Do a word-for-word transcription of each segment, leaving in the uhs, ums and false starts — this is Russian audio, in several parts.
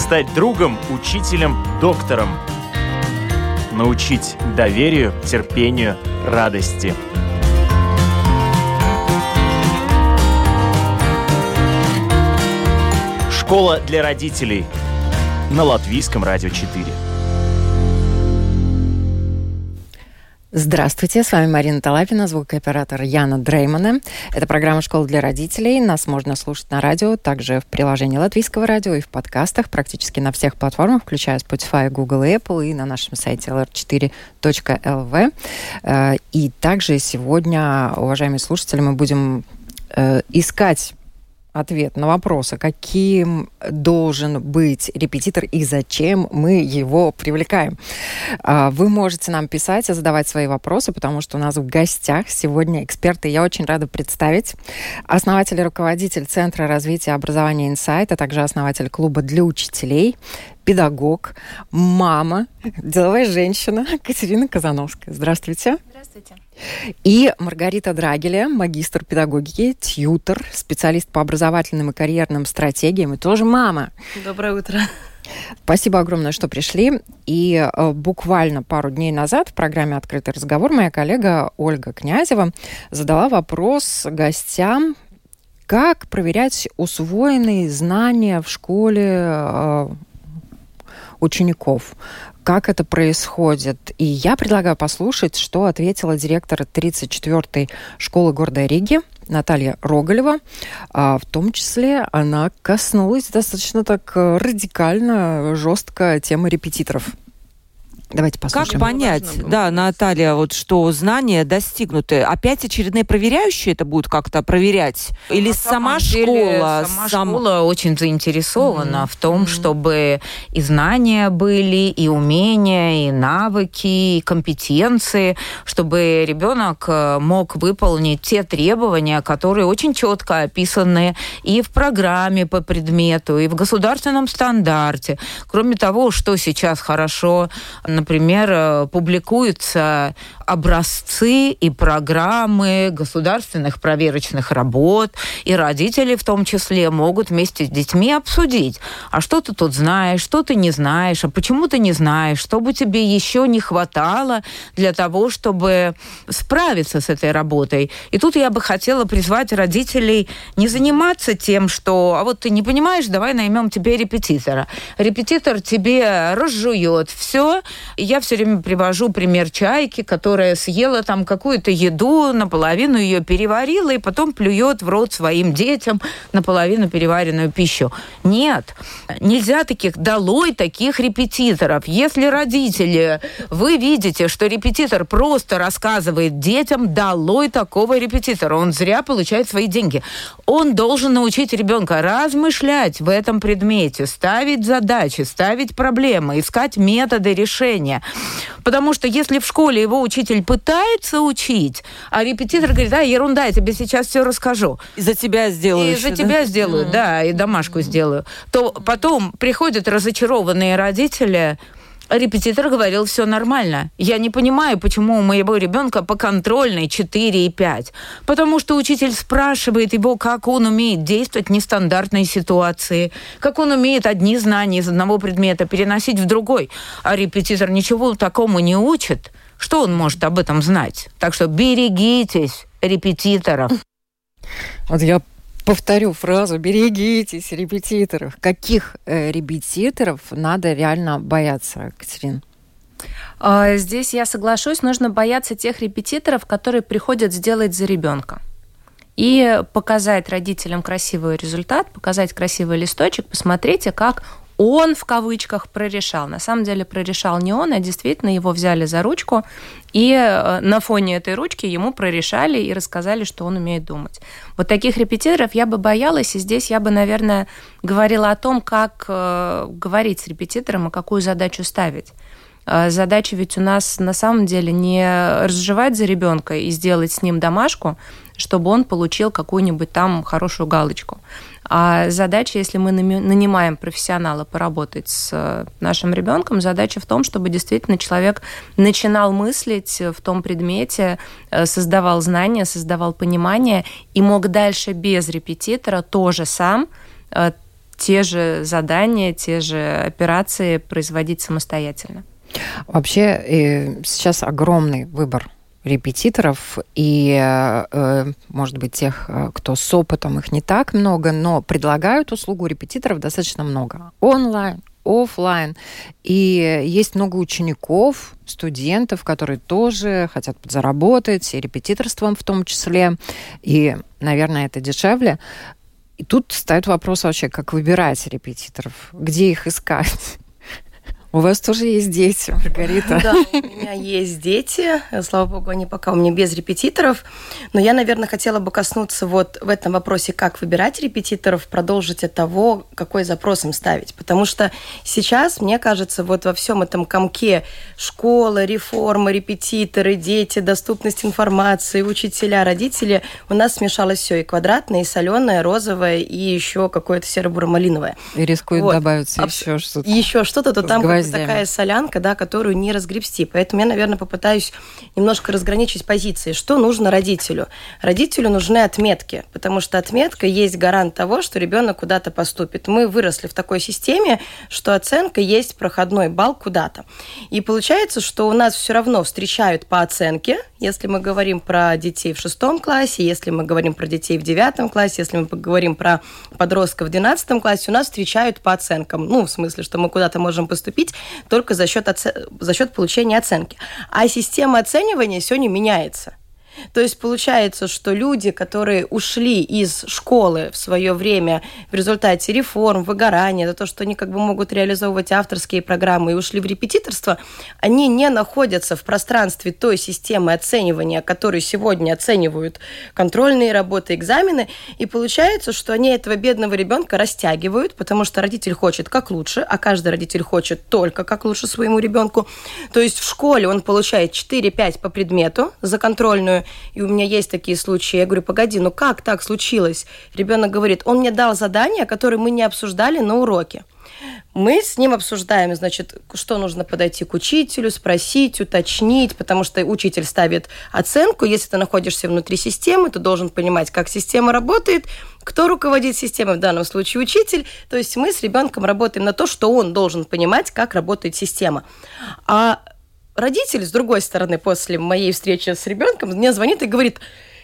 стать другом, учителем, доктором. Научить доверию, терпению, радости. Школа для родителей на Латвийском радио четыре. Здравствуйте, с вами Марина Талапина, звукооператор Яна Дреймана. Это программа «Школа для родителей». Нас можно слушать на радио, также в приложении Латвийского радио и в подкастах практически на всех платформах, включая Spotify, Google и Apple, и на нашем сайте эл эр четыре точка эл ви. И также сегодня, уважаемые слушатели, мы будем искать ответ на вопрос, каким должен быть репетитор и зачем мы его привлекаем. Вы можете нам писать и задавать свои вопросы, потому что у нас в гостях сегодня эксперты. Я очень рада представить основатель и руководитель Центра развития образования «Инсайт», а также основатель клуба для учителей, педагог, мама, деловая женщина Катерина Казановская. Здравствуйте. Здравствуйте. И Маргарита Драгеля, магистр педагогики, тьютор, специалист по образовательным и карьерным стратегиям и тоже мама. Доброе утро. Спасибо огромное, что пришли. И э, буквально пару дней назад в программе «Открытый разговор» моя коллега Ольга Князева задала вопрос гостям, как проверять усвоенные знания в школе э, учеников. Как это происходит? И я предлагаю послушать, что ответила директор тридцать четвёртой школы города Риги Наталья Рогалева. А в том числе она коснулась достаточно так радикально, жестко темы репетиторов. Давайте послушаем. Как понять, да, Наталья, вот что знания достигнуты? Опять очередные проверяющие это будут как-то проверять? Или сама школа? Сама сам... школа очень заинтересована mm-hmm. в том, mm-hmm. чтобы и знания были, и умения, и навыки, и компетенции, чтобы ребенок мог выполнить те требования, которые очень четко описаны и в программе по предмету, и в государственном стандарте. Кроме того, что сейчас хорошо, например, публикуются образцы и программы государственных проверочных работ, и родители в том числе могут вместе с детьми обсудить, а что ты тут знаешь, что ты не знаешь, а почему ты не знаешь, что бы тебе еще не хватало для того, чтобы справиться с этой работой. И тут я бы хотела призвать родителей не заниматься тем, что, а вот ты не понимаешь, давай наймем тебе репетитора. Репетитор тебе разжует все. Я все время привожу пример чайки, которая съела там какую-то еду, наполовину ее переварила и потом плюет в рот своим детям наполовину переваренную пищу. Нет, нельзя таких, долой таких репетиторов. Если родители, вы видите, что репетитор просто рассказывает детям, долой такого репетитора. Он зря получает свои деньги. Он должен научить ребенка размышлять в этом предмете, ставить задачи, ставить проблемы, искать методы решения. Потому что если в школе его учитель пытается учить, а репетитор говорит, да, ерунда, я тебе сейчас все расскажу. И за тебя сделаю. И за тебя сделаю, mm-hmm. да, и домашку mm-hmm. сделаю. То потом приходят разочарованные родители. Репетитор говорил, все нормально. Я не понимаю, почему у моего ребенка по контрольной четыре и пять. Потому что учитель спрашивает его, как он умеет действовать в нестандартной ситуации, как он умеет одни знания из одного предмета переносить в другой. А репетитор ничего такому не учит. Что он может об этом знать? Так что берегитесь репетиторов. Вот я повторю фразу «берегитесь репетиторов». Каких э, репетиторов надо реально бояться, Катерина? Здесь я соглашусь, нужно бояться тех репетиторов, которые приходят сделать за ребенка. И показать родителям красивый результат, показать красивый листочек, посмотрите, как он, в кавычках, прорешал. На самом деле прорешал не он, а действительно его взяли за ручку, и на фоне этой ручки ему прорешали и рассказали, что он умеет думать. Вот таких репетиторов я бы боялась, и здесь я бы, наверное, говорила о том, как э, говорить с репетитором и какую задачу ставить. Задача ведь у нас на самом деле не разжевать за ребенка и сделать с ним домашку, чтобы он получил какую-нибудь там хорошую галочку. А задача, если мы нанимаем профессионала поработать с нашим ребенком, задача в том, чтобы действительно человек начинал мыслить в том предмете, создавал знания, создавал понимание и мог дальше без репетитора тоже сам те же задания, те же операции производить самостоятельно. Вообще сейчас огромный выбор репетиторов, и, может быть, тех, кто с опытом, их не так много, но предлагают услугу репетиторов достаточно много. Онлайн, офлайн. И есть много учеников, студентов, которые тоже хотят подзаработать, и репетиторством в том числе. И, наверное, это дешевле. И тут встает вопрос вообще, как выбирать репетиторов, где их искать. У вас тоже есть дети, Маргарита? Да, у меня есть дети. Слава богу, они пока у меня без репетиторов. Но я, наверное, хотела бы коснуться вот в этом вопросе, как выбирать репетиторов, продолжить от того, какой запрос им ставить. Потому что сейчас, мне кажется, вот во всем этом комке школа, реформа, репетиторы, дети, доступность информации, учителя, родители, у нас смешалось все. И квадратное, и соленое, розовое, и еще какое-то серо-буро-малиновое. И рискует вот. добавиться Абс... еще что-то. Еще что-то, то там такая солянка, да, которую не разгребсти. Поэтому я, наверное, попытаюсь немножко разграничить позиции. Что нужно родителю? Родителю нужны отметки, потому что отметка есть гарант того, что ребенок куда-то поступит. Мы выросли в такой системе, что оценка есть проходной балл куда-то. И получается, что у нас все равно встречают по оценке, если мы говорим про детей в шестом классе, если мы говорим про детей в девятом классе, если мы поговорим про подростков в двенадцатом классе, у нас встречают по оценкам. Ну, в смысле, что мы куда-то можем поступить только за счет, оце... за счет получения оценки. А система оценивания сегодня меняется. То есть получается, что люди, которые ушли из школы в свое время в результате реформ, выгорания, за то, что они как бы могут реализовывать авторские программы и ушли в репетиторство, они не находятся в пространстве той системы оценивания, которую сегодня оценивают контрольные работы, экзамены, и получается, что они этого бедного ребенка растягивают, потому что родитель хочет как лучше, а каждый родитель хочет только как лучше своему ребенку. То есть в школе он получает четыре-пять по предмету за контрольную. И у меня есть такие случаи. Я говорю, погоди, ну как так случилось? Ребенок говорит, он мне дал задание, которое мы не обсуждали на уроке. Мы с ним обсуждаем, значит, что нужно подойти к учителю, спросить, уточнить, потому что учитель ставит оценку. Если ты находишься внутри системы, ты должен понимать, как система работает, кто руководит системой, в данном случае учитель. То есть мы с ребенком работаем на то, что он должен понимать, как работает система. А родитель, с другой стороны, после моей встречи с ребенком, мне звонит и говорит,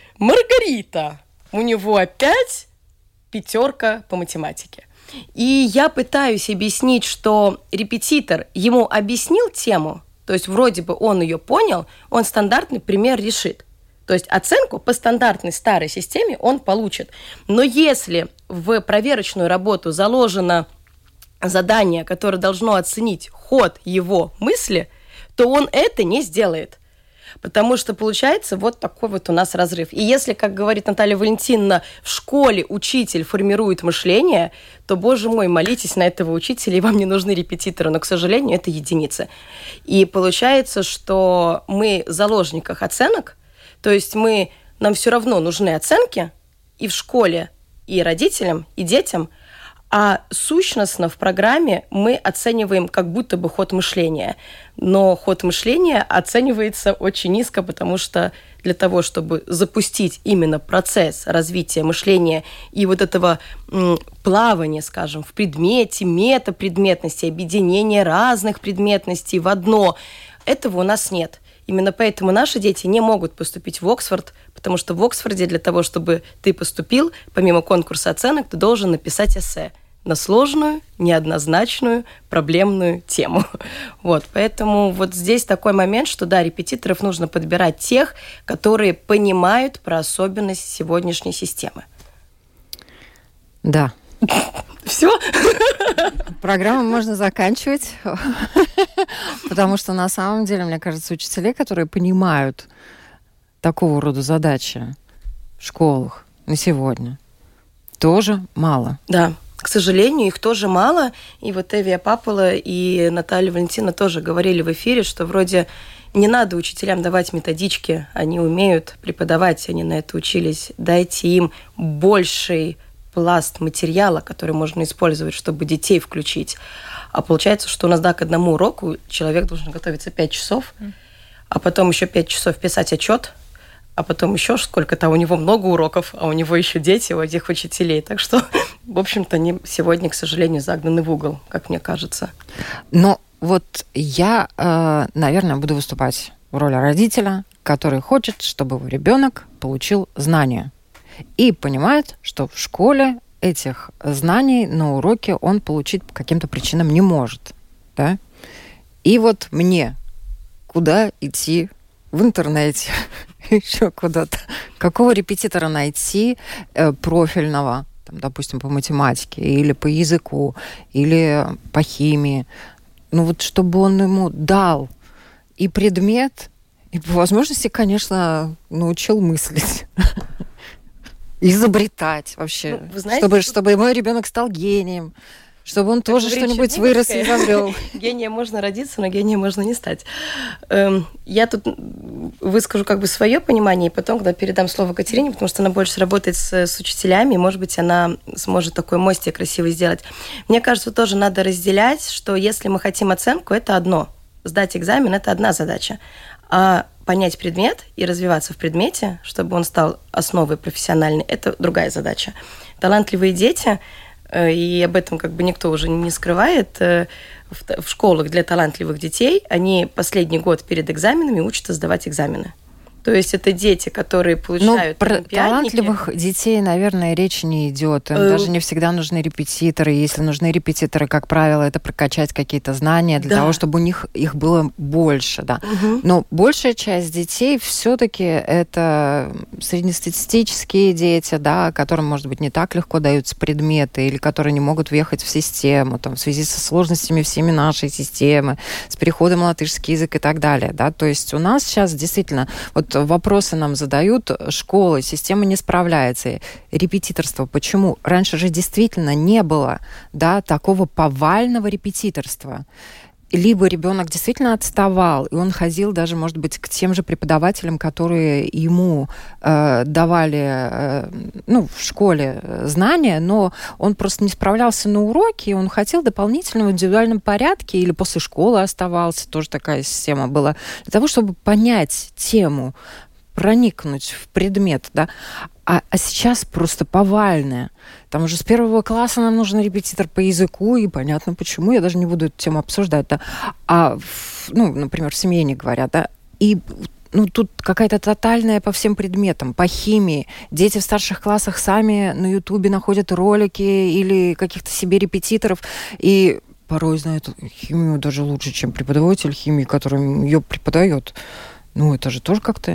Маргарита, у него опять пятерка по математике. И я пытаюсь объяснить, что репетитор ему объяснил тему, то есть вроде бы он ее понял, он стандартный пример решит. То есть оценку по стандартной старой системе он получит. Но если в проверочную работу заложено задание, которое должно оценить ход его мысли, то он это не сделает. Потому что получается вот такой вот у нас разрыв. И если, как говорит Наталья Валентиновна, в школе учитель формирует мышление, то, боже мой, молитесь на этого учителя, и вам не нужны репетиторы. Но, к сожалению, это единицы. И получается, что мы в заложниках оценок, то есть мы, нам все равно нужны оценки и в школе, и родителям, и детям, а сущностно в программе мы оцениваем как будто бы ход мышления. Но ход мышления оценивается очень низко, потому что для того, чтобы запустить именно процесс развития мышления и вот этого м, плавания, скажем, в предмете, метапредметности, объединения разных предметностей в одно, этого у нас нет. Именно поэтому наши дети не могут поступить в Оксфорд, потому что в Оксфорде для того, чтобы ты поступил, помимо конкурса оценок, ты должен написать эссе на сложную, неоднозначную, проблемную тему. Вот, поэтому вот здесь такой момент, что да, репетиторов нужно подбирать тех, которые понимают про особенность сегодняшней системы. Да. Все? Программу можно заканчивать, потому что на самом деле, мне кажется, учителей, которые понимают такого рода задачи в школах на сегодня, тоже мало. Да. К сожалению, их тоже мало. И вот Эвия Папала и Наталья Валентина тоже говорили в эфире, что вроде не надо учителям давать методички, они умеют преподавать, они на это учились. Дайте им больший пласт материала, который можно использовать, чтобы детей включить. А получается, что у нас, да, к одному уроку человек должен готовиться пять часов, а потом еще пять часов писать отчет, а потом еще сколько-то, у него много уроков, а у него еще дети, у этих учителей. Так что в общем-то, они сегодня, к сожалению, загнаны в угол, как мне кажется. Но вот я, наверное, буду выступать в роли родителя, который хочет, чтобы его ребенок получил знания. И понимает, что в школе этих знаний на уроке он получить по каким-то причинам не может. Да? И вот мне куда идти в интернете, еще куда-то, какого репетитора найти э, профильного, там, допустим, по математике или по языку, или по химии, ну вот чтобы он ему дал и предмет, и по возможности, конечно, научил мыслить. Изобретать вообще. Ну, знаете, чтобы, тут... чтобы мой ребенок стал гением, чтобы он тоже что-нибудь вырос и изобрел. Гением можно родиться, но гением можно не стать. Я тут выскажу как бы свое понимание, и потом, когда передам слово Катерине, потому что она больше работает с, с учителями, и, может быть, она сможет такой мостик красивый сделать. Мне кажется, тоже надо разделять, что если мы хотим оценку, это одно. Сдать экзамен – это одна задача. А понять предмет и развиваться в предмете, чтобы он стал основой профессиональной, это другая задача. Талантливые дети, и об этом как бы никто уже не скрывает, в школах для талантливых детей они последний год перед экзаменами учатся сдавать экзамены. То есть это дети, которые получают ну, про талантливых детей, наверное, речи не идет. Им э... даже не всегда нужны репетиторы. Если нужны репетиторы, как правило, это прокачать какие-то знания для да. того, чтобы у них их было больше. Да. Угу. Но большая часть детей все-таки это среднестатистические дети, да, которым, может быть, не так легко даются предметы или которые не могут въехать в систему там, в связи со сложностями всеми нашей системы, с переходом на латышский язык и так далее. Да. То есть у нас сейчас действительно... Вот вопросы нам задают, школы, система не справляется, репетиторство. Почему? Раньше же действительно не было, да, такого повального репетиторства. Либо ребенок действительно отставал, и он ходил даже, может быть, к тем же преподавателям, которые ему э, давали э, ну, в школе знания, но он просто не справлялся на уроке, и он хотел дополнительно в индивидуальном порядке или после школы оставался, тоже такая система была, для того, чтобы понять тему, проникнуть в предмет, да. А, а сейчас просто повальное. Там уже с первого класса нам нужен репетитор по языку, и понятно почему, я даже не буду эту тему обсуждать, да. А, ну, например, в семье не говорят, да. И ну, тут какая-то тотальная по всем предметам, по химии. Дети в старших классах сами на Ютубе находят ролики или каких-то себе репетиторов, и порой знают химию даже лучше, чем преподаватель химии, который ее преподает. Ну, это же тоже как-то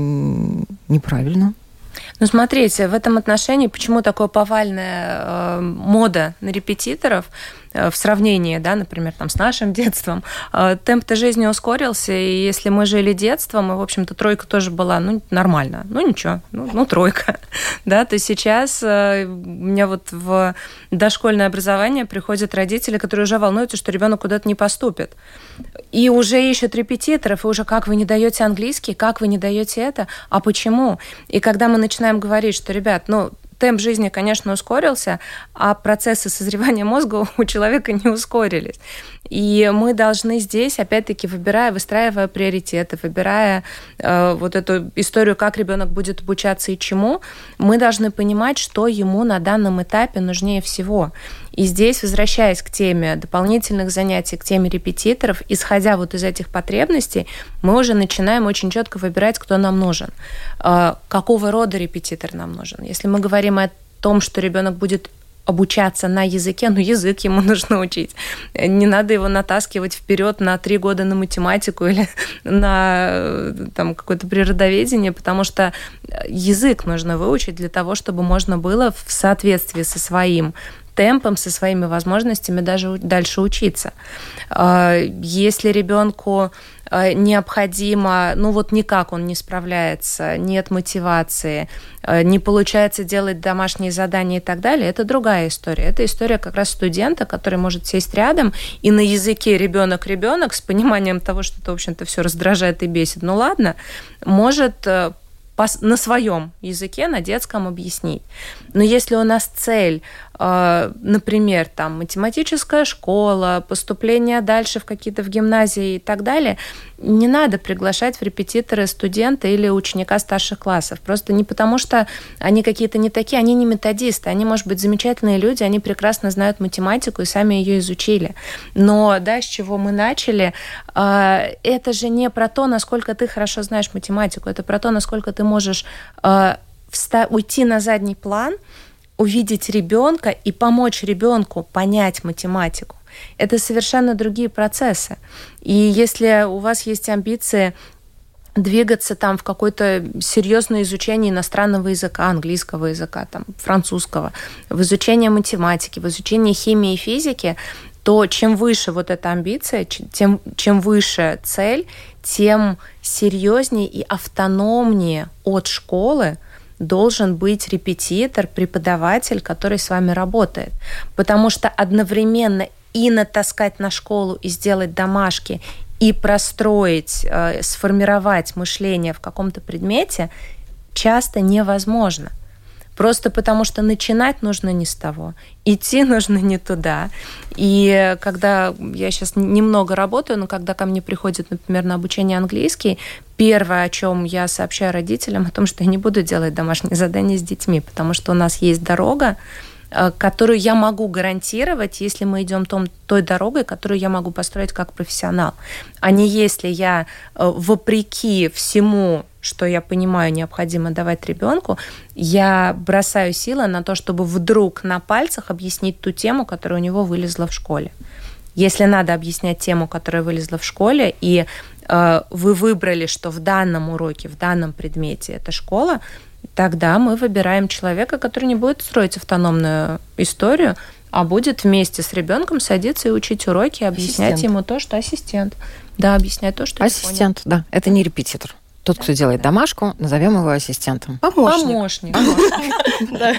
неправильно. Ну, смотрите, в этом отношении, почему такая повальная э, мода на репетиторов э, в сравнении, да, например, там, с нашим детством, э, темп-то жизни ускорился, и если мы жили детством, и, в общем-то, тройка тоже была, ну, нормально, ну, ничего, ну, ну тройка, да, то сейчас э, у меня вот в дошкольное образование приходят родители, которые уже волнуются, что ребенок куда-то не поступит, и уже ищут репетиторов, и уже как вы не даете английский, как вы не даете это, а почему? И когда мы начинаем говорить, что, ребят, ну, темп жизни, конечно, ускорился, а процессы созревания мозга у человека не ускорились. И мы должны здесь, опять-таки, выбирая, выстраивая приоритеты, выбирая э, вот эту историю, как ребенок будет обучаться и чему, мы должны понимать, что ему на данном этапе нужнее всего. И здесь, возвращаясь к теме дополнительных занятий, к теме репетиторов, исходя вот из этих потребностей, мы уже начинаем очень четко выбирать, кто нам нужен, э, какого рода репетитор нам нужен. Если мы говорим о том, что ребенок будет обучаться на языке, ну, язык ему нужно учить. Не надо его натаскивать вперед на три года на математику или на там, какое-то природоведение, потому что язык нужно выучить для того, чтобы можно было в соответствии со своим темпом, со своими возможностями даже дальше учиться. Если ребенку необходимо, ну вот никак он не справляется, нет мотивации, не получается делать домашние задания и так далее, это другая история. Это история как раз студента, который может сесть рядом и на языке ребенок-ребенок с пониманием того, что это, в общем-то, все раздражает и бесит, ну ладно, может на своем языке, на детском объяснить. Но если у нас цель например, там математическая школа, поступление дальше в какие-то в гимназии и так далее, не надо приглашать в репетиторы студента или ученика старших классов. Просто не потому, что они какие-то не такие, они не методисты, они, может быть, замечательные люди, они прекрасно знают математику и сами ее изучили. Но, да, с чего мы начали, это же не про то, насколько ты хорошо знаешь математику, это про то, насколько ты можешь уйти на задний план, увидеть ребенка и помочь ребенку понять математику. Это совершенно другие процессы. И если у вас есть амбиции двигаться там в какое-то серьезное изучение иностранного языка, английского языка, там, французского, в изучение математики, в изучение химии и физики, то чем выше вот эта амбиция, тем, чем выше цель, тем серьезнее и автономнее от школы должен быть репетитор, преподаватель, который с вами работает. Потому что одновременно и натаскать на школу, и сделать домашки, и простроить, э, сформировать мышление в каком-то предмете часто невозможно. Просто потому что начинать нужно не с того, идти нужно не туда. И когда я сейчас немного работаю, но когда ко мне приходит, например, на обучение английский, первое, о чем я сообщаю родителям, о том, что я не буду делать домашние задания с детьми, потому что у нас есть дорога, которую я могу гарантировать, если мы идем том, той дорогой, которую я могу построить как профессионал. А не если я, вопреки всему, что я понимаю, необходимо давать ребенку, я бросаю силы на то, чтобы вдруг на пальцах объяснить ту тему, которая у него вылезла в школе. Если надо объяснять тему, которая вылезла в школе, и э, вы выбрали, что в данном уроке, в данном предмете это школа, тогда мы выбираем человека, который не будет строить автономную историю, а будет вместе с ребенком садиться и учить уроки, объяснять ассистент. Ему то, что ассистент. Да, объяснять то, что ассистент, да. Это не репетитор. Тот, кто делает домашку, назовем его ассистентом. Помощник. Помощник.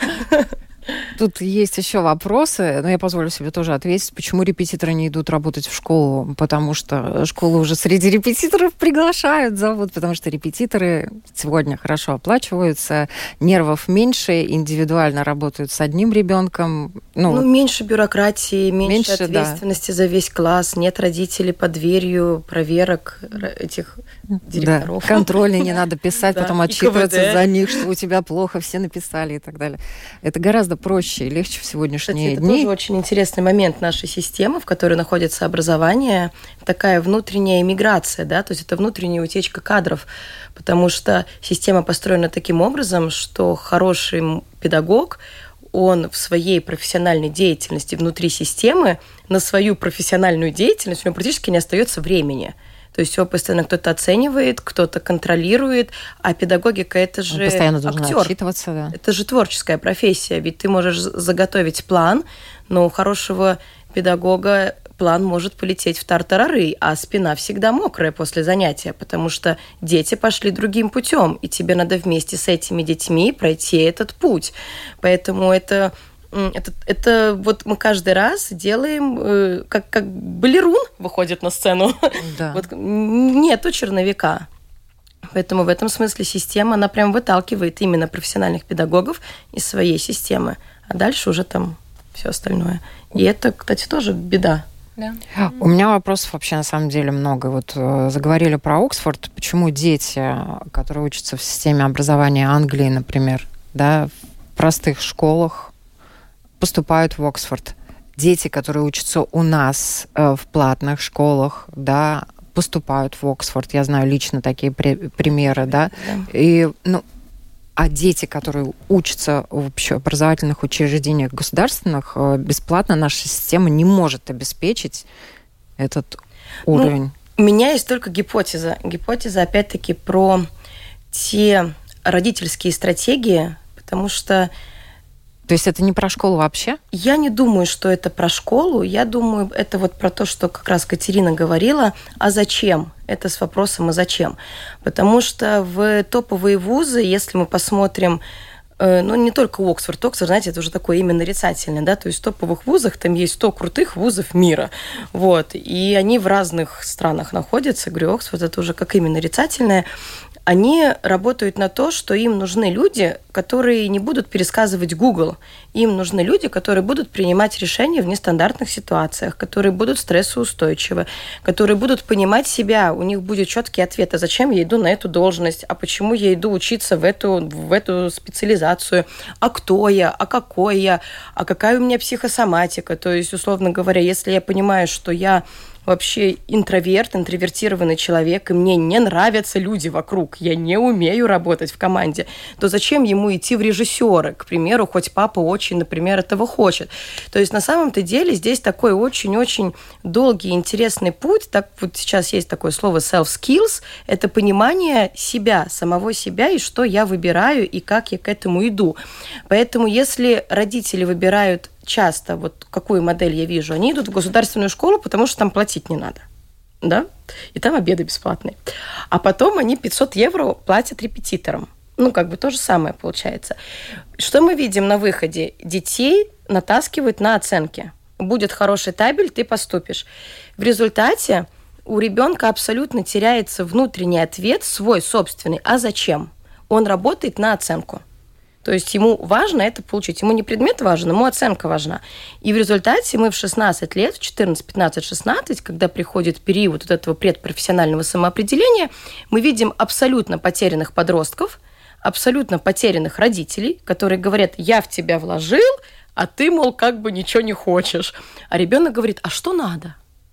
Тут есть еще вопросы, но я позволю себе тоже ответить, почему репетиторы не идут работать в школу, потому что школу уже среди репетиторов приглашают, зовут, потому что репетиторы сегодня хорошо оплачиваются, нервов меньше, индивидуально работают с одним ребенком. Ну, ну меньше бюрократии, меньше, меньше ответственности да. за весь класс, нет родителей под дверью, проверок этих директоров. Да, контроли не надо писать, потом отчитываться за них, что у тебя плохо, все написали и так далее. Это гораздо проще и легче в сегодняшние Кстати, дни. Это тоже очень интересный момент нашей системы, в которой находится образование, такая внутренняя эмиграция, да, то есть это внутренняя утечка кадров, потому что система построена таким образом, что хороший педагог, он в своей профессиональной деятельности внутри системы на свою профессиональную деятельность у него практически не остается времени. То есть его постоянно кто-то оценивает, кто-то контролирует, а педагогика – это же Он постоянно актер. должен отчитываться, да. Это же творческая профессия, ведь ты можешь заготовить план, но у хорошего педагога план может полететь в тартарары, а спина всегда мокрая после занятия, потому что дети пошли другим путем, и тебе надо вместе с этими детьми пройти этот путь. Поэтому это... Это, это вот мы каждый раз делаем, э, как, как балерун выходит на сцену. Да. Вот, нету черновика. Поэтому в этом смысле система, она прям выталкивает именно профессиональных педагогов из своей системы. А дальше уже там все остальное. И это, кстати, тоже беда. Да. У меня вопросов вообще на самом деле много. Вот э, заговорили про Оксфорд. Почему дети, которые учатся в системе образования Англии, например, да, в простых школах, поступают в Оксфорд. Дети, которые учатся у нас э, в платных школах, да, поступают в Оксфорд. Я знаю лично такие при- примеры, да. да. И, ну, а дети, которые учатся в общеобразовательных учреждениях государственных, э, бесплатно наша система не может обеспечить этот уровень. Ну, у меня есть только гипотеза. Гипотеза, опять-таки, про те родительские стратегии, потому что То есть это не про школу вообще? Я не думаю, что это про школу. Я думаю, это вот про то, что как раз Катерина говорила. А зачем? Это с вопросом «а зачем?». Потому что в топовые вузы, если мы посмотрим, ну, не только Оксфорд. Оксфорд, знаете, это уже такое имя нарицательное, да, то есть в топовых вузах там есть сто крутых вузов мира, вот, и они в разных странах находятся. Говорю, Оксфорд – это уже как имя нарицательное. они работают на то, что им нужны люди, которые не будут пересказывать Google. Им нужны люди, которые будут принимать решения в нестандартных ситуациях, которые будут стрессоустойчивы, которые будут понимать себя. У них будет четкий ответ, а зачем я иду на эту должность, а почему я иду учиться в эту, в эту специализацию, а кто я, а какой я, а какая у меня психосоматика. То есть, условно говоря, если я понимаю, что я вообще интроверт, интровертированный человек, и мне не нравятся люди вокруг, я не умею работать в команде, то зачем ему идти в режиссеры, к примеру, хоть папа очень, например, этого хочет. То есть на самом-то деле здесь такой очень-очень долгий, интересный путь. Так вот сейчас есть такое слово self-skills, это понимание себя, самого себя, и что я выбираю, и как я к этому иду. Поэтому если родители выбирают часто, вот какую модель я вижу, они идут в государственную школу, потому что там платить не надо, да, и там обеды бесплатные. А потом они пятьсот евро платят репетиторам. Ну, как бы то же самое получается. Что мы видим на выходе? Детей натаскивают на оценки. Будет хороший табель, ты поступишь. В результате у ребенка абсолютно теряется внутренний ответ, свой собственный. А зачем? Он работает на оценку. То есть ему важно это получить. Ему не предмет важен, ему оценка важна. И в результате мы в шестнадцать лет, в четырнадцать, пятнадцать, шестнадцать, когда приходит период вот этого предпрофессионального самоопределения, мы видим абсолютно потерянных подростков, абсолютно потерянных родителей, которые говорят: я в тебя вложил, а ты, мол, как бы ничего не хочешь. А ребенок говорит: а что надо?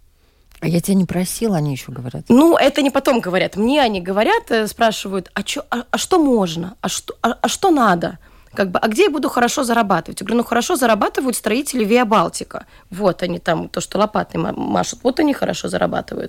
А я тебя не просила, они еще говорят. Ну, это не потом говорят. Мне они говорят, спрашивают: а, чё, а, а что можно? А что, а, а что надо? Как бы, а где я буду хорошо зарабатывать? Я говорю: ну, хорошо зарабатывают строители Виа Балтика. Вот они там, то, что лопатой машут, вот они хорошо зарабатывают.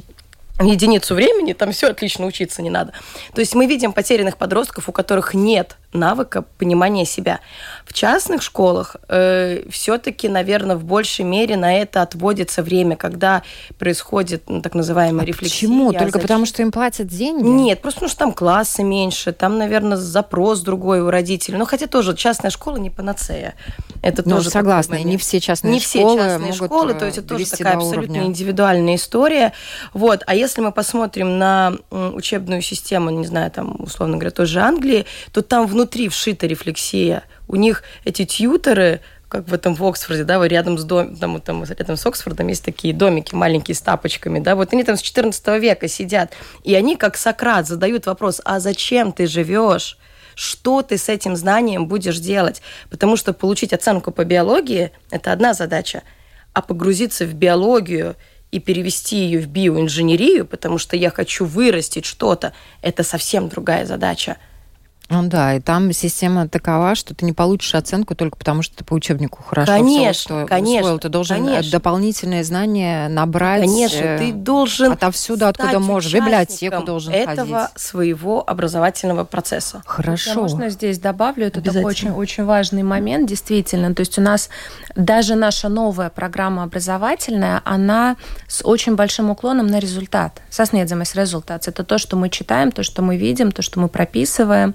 В единицу времени там все отлично, учиться не надо. То есть мы видим потерянных подростков, у которых нет навыка понимания себя. В частных школах э, все-таки, наверное, в большей мере на это отводится время, когда происходит ну, так называемая а рефлексия. Почему? Только зачем? Потому что им платят деньги? Нет, просто потому что там классы меньше, там, наверное, запрос другой у родителей. Ну, хотя тоже частная школа не панацея. Это ну, тоже согласна, не все частные не школы все частные могут школы, то есть это тоже такая абсолютно уровня. индивидуальная история. Вот. А если мы посмотрим на учебную систему, не знаю, там, условно говоря, той же Англии, то там внутри вшита рефлексия. У них эти тьюторы, как в этом в Оксфорде, да, вот рядом с дом, там, там, рядом с Оксфордом есть такие домики маленькие с тапочками, да, вот они там с четырнадцатого века сидят, и они, как Сократ, задают вопрос: а зачем ты живешь? Что ты с этим знанием будешь делать? Потому что получить оценку по биологии – это одна задача, а погрузиться в биологию и перевести ее в биоинженерию, потому что я хочу вырастить что-то, это совсем другая задача. Ну да, и там система такова, что ты не получишь оценку только потому, что ты по учебнику хорошо конечно, всего, что конечно, усвоил. Ты должен конечно. дополнительные знания набрать. Конечно, ты должен отовсюду, откуда можешь, в библиотеку должен этого ходить. Своего образовательного процесса. Хорошо. Я, можно здесь добавлю, это такой очень, очень важный момент, действительно. То есть у нас даже наша новая программа образовательная, она с очень большим уклоном на результат. Sasniedzamies результат. Это то, что мы читаем, то, что мы видим, то, что мы прописываем.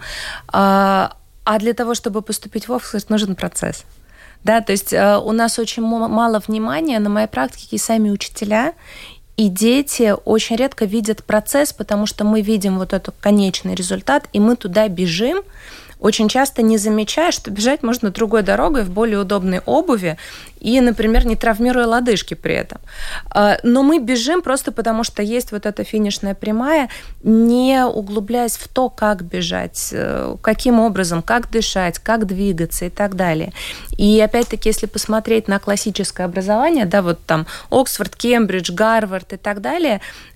А для того, чтобы поступить в Оксфорд, нужен процесс. Да, то есть у нас очень мало внимания на моей практике и сами учителя, и дети очень редко видят процесс, потому что мы видим вот этот конечный результат, и мы туда бежим, очень часто не замечая, что бежать можно другой дорогой в более удобной обуви и, например, не травмируя лодыжки при этом. Но мы бежим просто потому, что есть вот эта финишная прямая, не углубляясь в то, как бежать, каким образом, как дышать, как двигаться и так далее. И опять-таки, если посмотреть на классическое образование, да, вот там Оксфорд, Кембридж, Гарвард и так далее,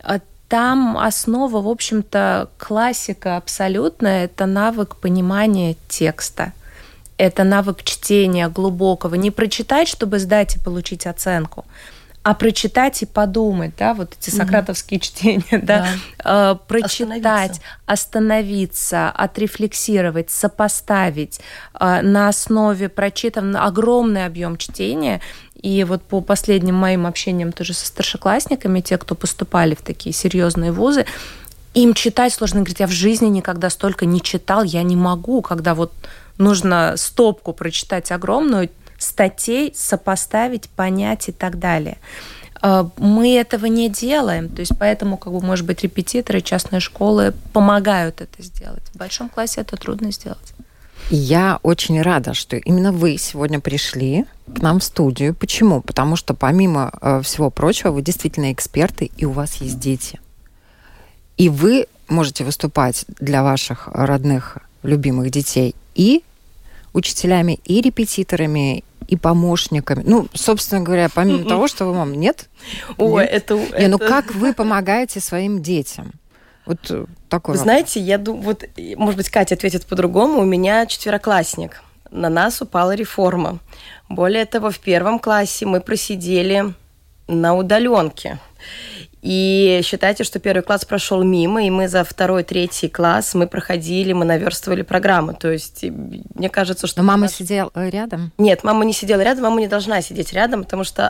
там основа, в общем-то, классика абсолютная, это навык понимания текста. Это навык чтения глубокого. Не прочитать, чтобы сдать и получить оценку, а прочитать и подумать, да, вот эти сократовские mm-hmm. чтения, да, да. Э, прочитать, остановиться. остановиться, отрефлексировать, сопоставить э, на основе прочитанного огромный объем чтения. И вот по последним моим общениям тоже со старшеклассниками, те, кто поступали в такие серьезные вузы, им читать сложно. Говорят: я в жизни никогда столько не читал, я не могу, когда вот нужно стопку прочитать огромную, статей, сопоставить, понять и так далее. Мы этого не делаем, то есть поэтому, как бы, может быть, репетиторы, частные школы помогают это сделать. В большом классе это трудно сделать. Я очень рада, что именно вы сегодня пришли к нам в студию. Почему? Потому что, помимо э, всего прочего, вы действительно эксперты, и у вас есть дети. И вы можете выступать для ваших родных, любимых детей и учителями, и репетиторами, и помощниками. Ну, собственно говоря, помимо mm-hmm. того, что вы, мам, нет? Ой, нет? это... Не, это... ну как вы помогаете своим детям? Вот такой Вы вопрос. знаете, я думаю, вот, может быть, Катя ответит по-другому. У меня четвероклассник. На нас упала реформа. Более того, в первом классе мы просидели на удаленке. И считайте, что первый класс прошел мимо, и мы за второй, третий класс мы проходили, мы наверстывали программу. То есть, мне кажется, что... Но мама наш... сидела рядом? Нет, мама не сидела рядом, мама не должна сидеть рядом, потому что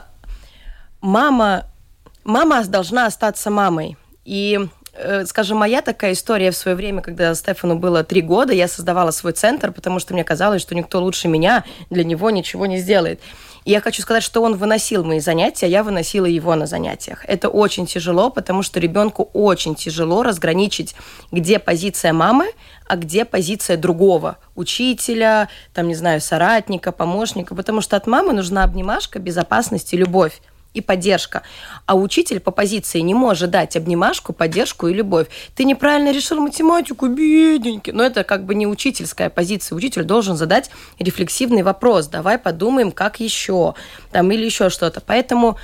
мама, мама должна остаться мамой. И, э, скажем, моя такая история в свое время, когда Стефану было три года, я создавала свой центр, потому что мне казалось, что никто лучше меня для него ничего не сделает. И я хочу сказать, что он выносил мои занятия, я выносила его на занятиях. Это очень тяжело, потому что ребенку очень тяжело разграничить, где позиция мамы, а где позиция другого учителя, там, не знаю, соратника, помощника, потому что от мамы нужна обнимашка, безопасность и любовь. И поддержка. А учитель по позиции не может дать обнимашку, поддержку и любовь. Ты неправильно решил математику, бедненький. Но это как бы не учительская позиция. Учитель должен задать рефлексивный вопрос. Давай подумаем, как еще. Там, или еще что-то. Поэтому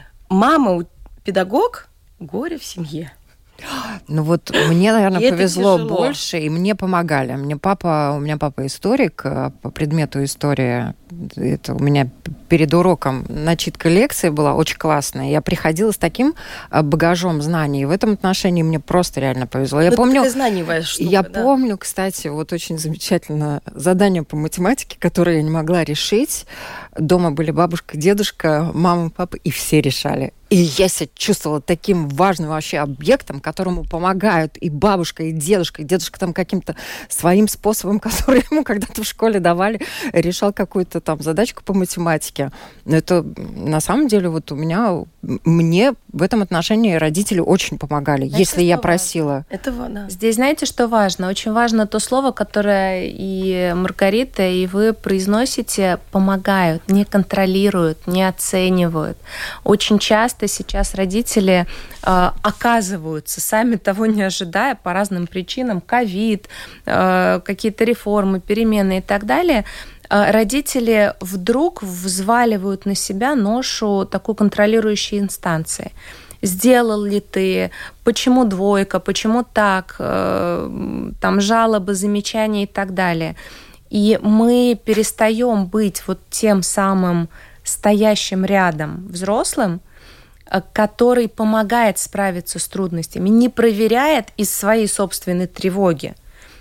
мама, педагог, горе в семье. Ну вот мне, наверное, и повезло больше, и мне помогали. Мне папа, у меня папа историк по предмету история. Это у меня перед уроком начитка лекции была очень классная. Я приходила с таким багажом знаний. И в этом отношении мне просто реально повезло. Я ну, помню, штука, я да? помню, кстати, вот очень замечательно задание по математике, которое я не могла решить. Дома были бабушка, дедушка, мама, папа, и все решали. И я себя чувствовала таким важным вообще объектом, которому помогают и бабушка, и дедушка. И дедушка там каким-то своим способом, который ему когда-то в школе давали, решал какую-то там задачку по математике. Но это на самом деле вот у меня, мне в этом отношении родители очень помогали, знаете, если я просила. Это, да. Здесь знаете, что важно? Очень важно то слово, которое и Маргарита, и вы произносите, помогают, не контролируют, не оценивают. Очень часто сейчас родители э, оказываются, сами того не ожидая, по разным причинам, ковид, э, какие-то реформы, перемены и так далее, э, родители вдруг взваливают на себя ношу такой контролирующей инстанции. Сделал ли ты, почему двойка, почему так, э, там жалобы, замечания и так далее. И мы перестаем быть вот тем самым стоящим рядом взрослым, который помогает справиться с трудностями, не проверяет из своей собственной тревоги,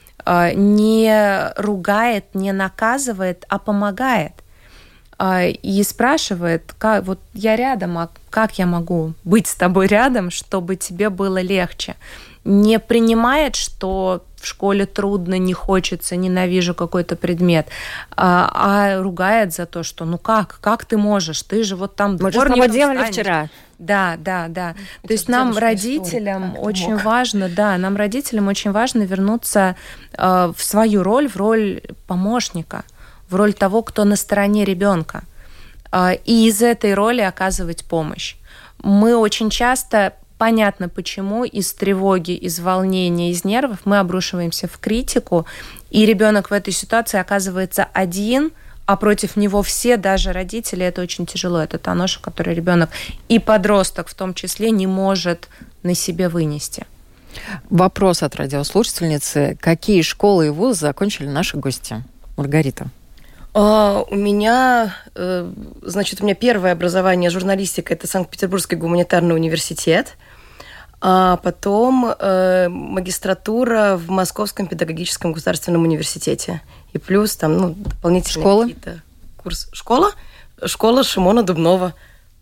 не ругает, не наказывает, а помогает. И спрашивает, как, вот я рядом, а как я могу быть с тобой рядом, чтобы тебе было легче? Не принимает, что в школе трудно, не хочется, ненавижу какой-то предмет, а, а ругает за то, что ну как, как ты можешь, ты же вот там мы дворником станешь. Мы же с тобой делали вчера. Да, да, да. Это то есть нам, родителям, очень мог. важно, да, нам, родителям, очень важно вернуться э, в свою роль, в роль помощника, в роль того, кто на стороне ребенка, э, и из этой роли оказывать помощь. Мы очень часто... Понятно, почему из тревоги, из волнения, из нервов мы обрушиваемся в критику, и ребенок в этой ситуации оказывается один, а против него все, даже родители, это очень тяжело. Это та ноша, которую ребенок и подросток в том числе не может на себе вынести. Вопрос от радиослушательницы. Какие школы и вузы закончили наши гости? Маргарита. Uh, у меня, uh, значит, у меня первое образование журналистика – это Санкт-Петербургский гуманитарный университет, а потом uh, магистратура в Московском педагогическом государственном университете. И плюс там, ну, дополнительные Школа? какие-то курсы. Школа? Школа Шимона Дубнова.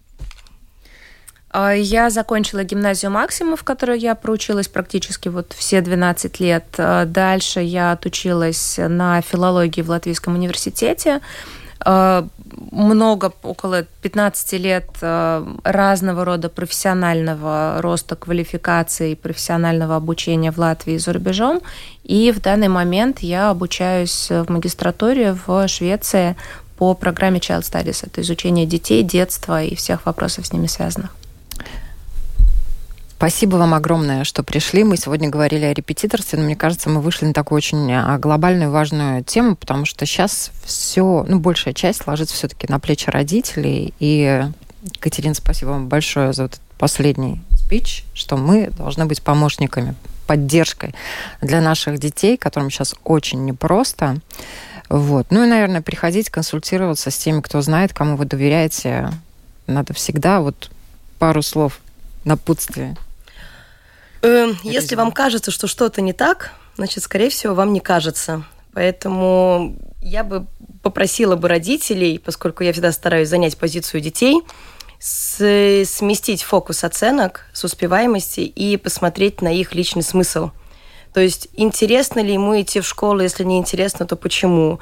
Я закончила гимназию «Максима», в которой я проучилась практически вот все двенадцать лет. Дальше я отучилась на филологии в Латвийском университете. Много, около пятнадцати лет разного рода профессионального роста квалификации, профессионального обучения в Латвии и за рубежом. И в данный момент я обучаюсь в магистратуре в Швеции по программе Child Studies. Это изучение детей, детства и всех вопросов с ними связанных. Спасибо вам огромное, что пришли. Мы сегодня говорили о репетиторстве, но мне кажется, мы вышли на такую очень глобальную, важную тему, потому что сейчас все, ну, большая часть ложится все-таки на плечи родителей. И, Катерина, спасибо вам большое за вот этот последний спич, что мы должны быть помощниками, поддержкой для наших детей, которым сейчас очень непросто. Вот. Ну и, наверное, приходить, консультироваться с теми, кто знает, кому вы доверяете. Надо всегда вот пару слов напутствия. Если вам кажется, что что-то не так, значит, скорее всего, вам не кажется. Поэтому я бы попросила бы родителей, поскольку я всегда стараюсь занять позицию детей, с- сместить фокус оценок с успеваемости и посмотреть на их личный смысл. То есть, интересно ли ему идти в школу, если не интересно, то почему?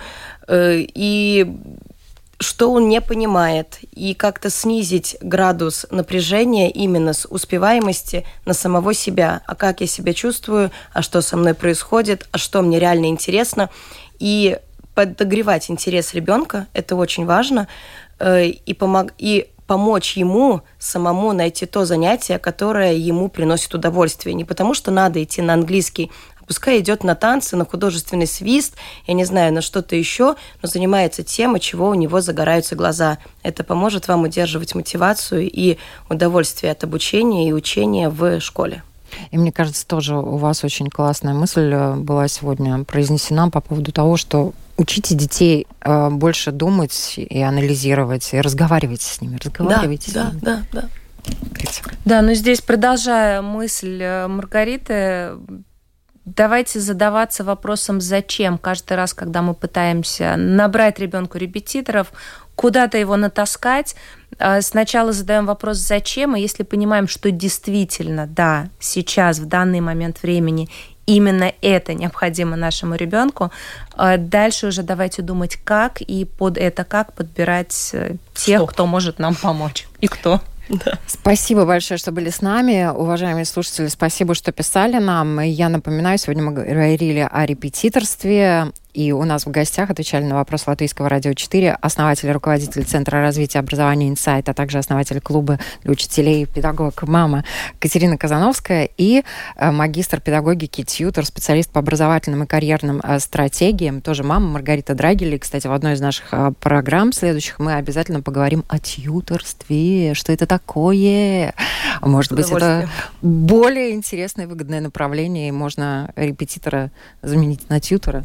И что он не понимает, и как-то снизить градус напряжения именно с успеваемости на самого себя. А как я себя чувствую, а что со мной происходит, а что мне реально интересно. И подогревать интерес ребенка, это очень важно, и, помог... и помочь ему самому найти то занятие, которое ему приносит удовольствие. Не потому, что надо идти на английский, пускай идет на танцы, на художественный свист, я не знаю, на что-то еще, но занимается тем, от чего у него загораются глаза. Это поможет вам удерживать мотивацию и удовольствие от обучения и учения в школе. И мне кажется, тоже у вас очень классная мысль была сегодня произнесена по поводу того, что учите детей э, больше думать и анализировать, и разговаривать с ними. Разговаривайте да, с ними. Да, да, да. Да, но здесь, продолжая мысль Маргариты, давайте задаваться вопросом «зачем?». Каждый раз, когда мы пытаемся набрать ребенку репетиторов, куда-то его натаскать, сначала задаем вопрос «зачем?», и если понимаем, что действительно, да, сейчас, в данный момент времени, именно это необходимо нашему ребенку, дальше уже давайте думать, как, и под это как подбирать тех, что? Кто может нам помочь. И кто. Да. Спасибо большое, что были с нами. Уважаемые слушатели, спасибо, что писали нам. Я напоминаю, сегодня мы говорили о репетиторстве. И у нас в гостях отвечали на вопрос Латвийского радио четыре основатель и руководитель Центра развития образования «Инсайт», а также основатель клуба для учителей, педагог «Мама» Катерина Казановская и магистр педагогики, тьютор, специалист по образовательным и карьерным стратегиям, тоже мама Маргарита Драгили. Кстати, в одной из наших программ следующих мы обязательно поговорим о тьюторстве, что это такое. Может быть, это более интересное и выгодное направление, и можно репетитора заменить на тьютора.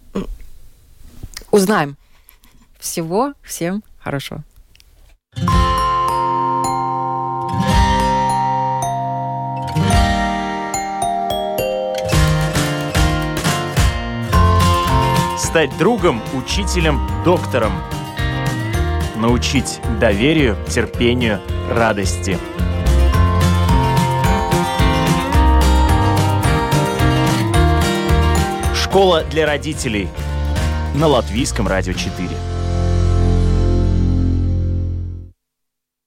Узнаем. Всего всем хорошего. Стать другом, учителем, доктором. Научить доверию, терпению, радости. Школа для родителей на Латвийском радио четыре.